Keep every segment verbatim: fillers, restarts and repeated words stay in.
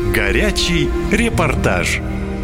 Горячий репортаж.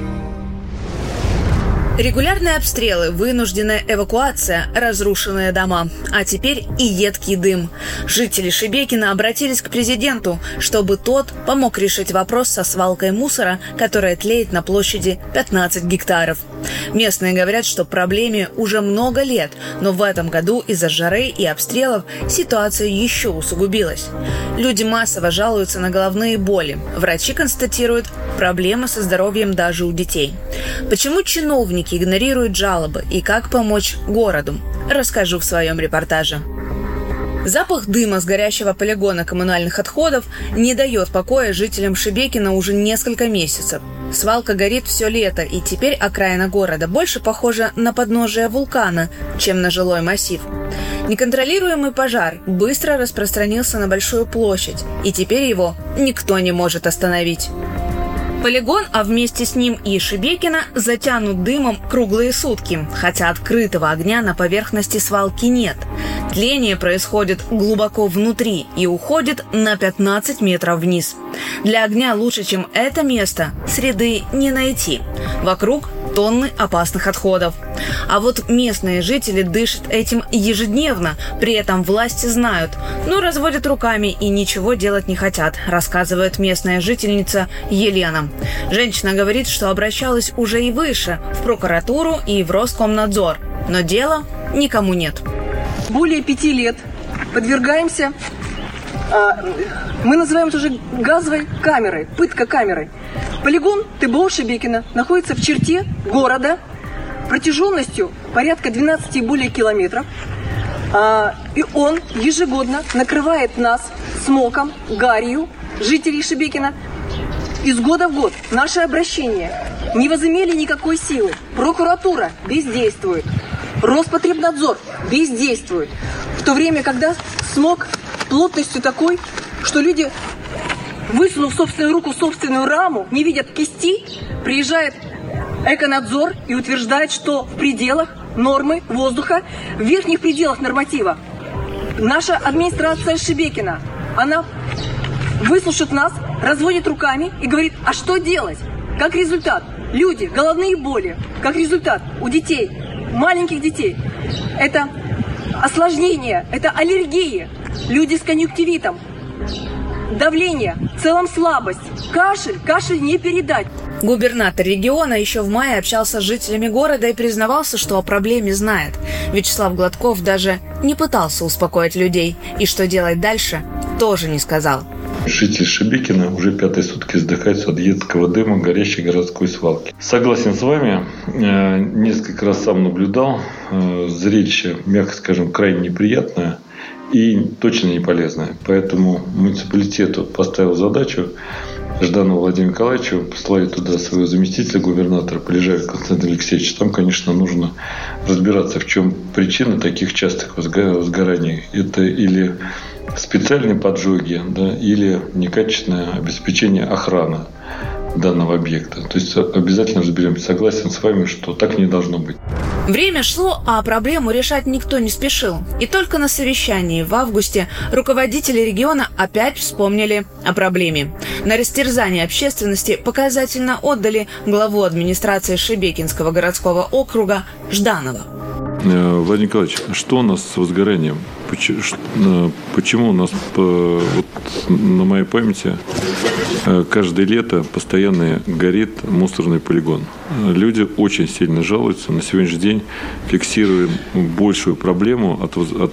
Регулярные обстрелы, вынужденная эвакуация, разрушенные дома, а теперь и едкий дым. Жители Шебекино обратились к президенту, чтобы тот помог решить вопрос со свалкой мусора, которая тлеет на площади пятнадцать гектаров. Местные говорят, что проблеме уже много лет, но в этом году из-за жары и обстрелов ситуация еще усугубилась. Люди массово жалуются на головные боли. Врачи констатируют проблемы со здоровьем даже у детей. Почему чиновники игнорируют жалобы и как помочь городу, расскажу в своем репортаже. Запах дыма с горящего полигона коммунальных отходов не дает покоя жителям Шебекино уже несколько месяцев. Свалка горит все лето, и теперь окраина города больше похожа на подножие вулкана, чем на жилой массив. Неконтролируемый пожар быстро распространился на большую площадь, и теперь его никто не может остановить. Полигон, а вместе с ним и Шебекино, затянут дымом круглые сутки, хотя открытого огня на поверхности свалки нет. Тление происходит глубоко внутри и уходит на пятнадцать метров вниз. Для огня лучше, чем это место, среды не найти. Вокруг тонны опасных отходов. А вот местные жители дышат этим ежедневно, при этом власти знают, но разводят руками и ничего делать не хотят, рассказывает местная жительница Елена. Женщина говорит, что обращалась уже и выше, в прокуратуру и в Роскомнадзор, но дела никому нет. Более пяти лет подвергаемся, мы называем это уже газовой камерой, пытка камерой. Полигон ТБО Шебекино находится в черте города протяженностью порядка двенадцати и более километров. И он ежегодно накрывает нас смогом, гарью, жителей Шебекино. Из года в год наши обращения не возымели никакой силы. Прокуратура бездействует. Роспотребнадзор бездействует. В то время, когда смог плотностью такой, что люди, высунув собственную руку в собственную раму, не видят кисти, приезжает Эконадзор и утверждает, что в пределах нормы воздуха, в верхних пределах норматива. Наша администрация Шебекино, она выслушает нас, разводит руками и говорит, а что делать? Как результат, люди, головные боли, как результат у детей, маленьких детей, это осложнения, это аллергии, люди с конъюнктивитом, давление, в целом слабость, кашель, кашель не передать. Губернатор региона еще в мае общался с жителями города и признавался, что о проблеме знает. Вячеслав Гладков даже не пытался успокоить людей, и что делать дальше, тоже не сказал. Жители Шебекино уже пятые сутки задыхаются от едкого дыма горящей городской свалки. Согласен с вами, несколько раз сам наблюдал. Зрелище, мягко скажем, крайне неприятное и точно не полезное. Поэтому муниципалитету поставил задачу Жданову Владимиру Николаевичу послали туда своего заместителя губернатора Полежаева Константина Алексеевича. Там, конечно, нужно разбираться, в чем причина таких частых возгораний. Это или специальные поджоги, да, или некачественное обеспечение охраны данного объекта. То есть обязательно разберемся. Согласен с вами, что так не должно быть. Время шло, а проблему решать никто не спешил. И только на совещании в августе руководители региона опять вспомнили о проблеме. На растерзание общественности показательно отдали главу администрации Шебекинского городского округа Жданова. Владимир Николаевич, что у нас с возгоранием? Почему у нас, вот, на моей памяти, каждое лето постоянно горит мусорный полигон? Люди очень сильно жалуются. На сегодняшний день фиксируем большую проблему от, от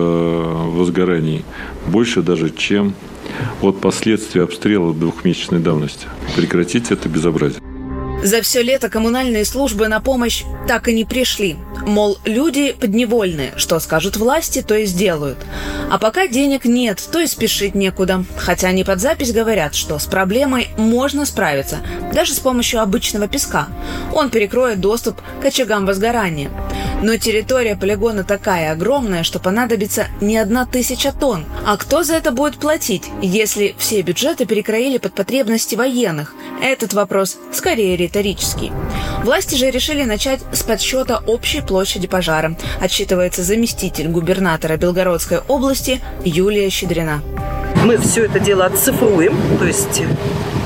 возгораний. Больше даже, чем от последствий обстрела двухмесячной давности. Прекратить это безобразие. За все лето коммунальные службы на помощь так и не пришли. Мол, люди подневольные, что скажут власти, то и сделают. А пока денег нет, то и спешить некуда. Хотя они под запись говорят, что с проблемой можно справиться, даже с помощью обычного песка. Он перекроет доступ к очагам возгорания. Но территория полигона такая огромная, что понадобится не одна тысяча тонн. А кто за это будет платить, если все бюджеты перекроили под потребности военных? Этот вопрос скорее риторический. Власти же решили начать с подсчета общей площади пожара, отчитывается заместитель губернатора Белгородской области Юлия Щедрина. Мы все это дело отцифруем, то есть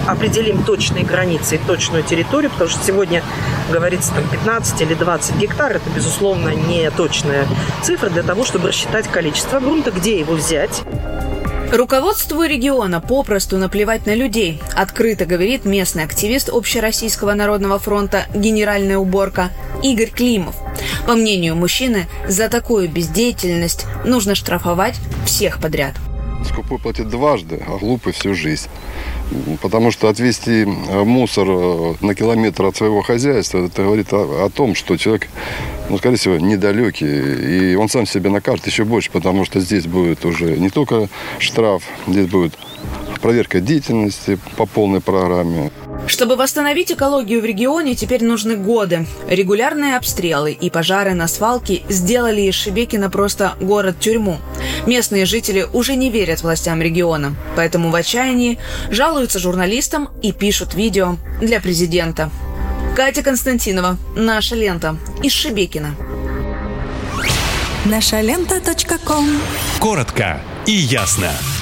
определим точные границы и точную территорию, потому что сегодня говорится там пятнадцать или двадцать гектар, это, безусловно, не точная цифра для того, чтобы рассчитать количество грунта, где его взять. Руководству региона попросту наплевать на людей, открыто говорит местный активист Общероссийского народного фронта «Генеральная уборка» Игорь Климов. По мнению мужчины, за такую бездеятельность нужно штрафовать всех подряд. Скупой платит дважды, а глупый всю жизнь. Потому что отвезти мусор на километр от своего хозяйства, это говорит о, о том, что человек, ну, скорее всего, недалекий. И он сам себе накажет еще больше, потому что здесь будет уже не только штраф, здесь будет проверка деятельности по полной программе. Чтобы восстановить экологию в регионе, теперь нужны годы. Регулярные обстрелы и пожары на свалке сделали из Шебекино просто город-тюрьму. Местные жители уже не верят властям региона, поэтому в отчаянии жалуются журналистам и пишут видео для президента. Катя Константинова, «Наша лента», из Шебекино. наша лента точка ком. Коротко и ясно.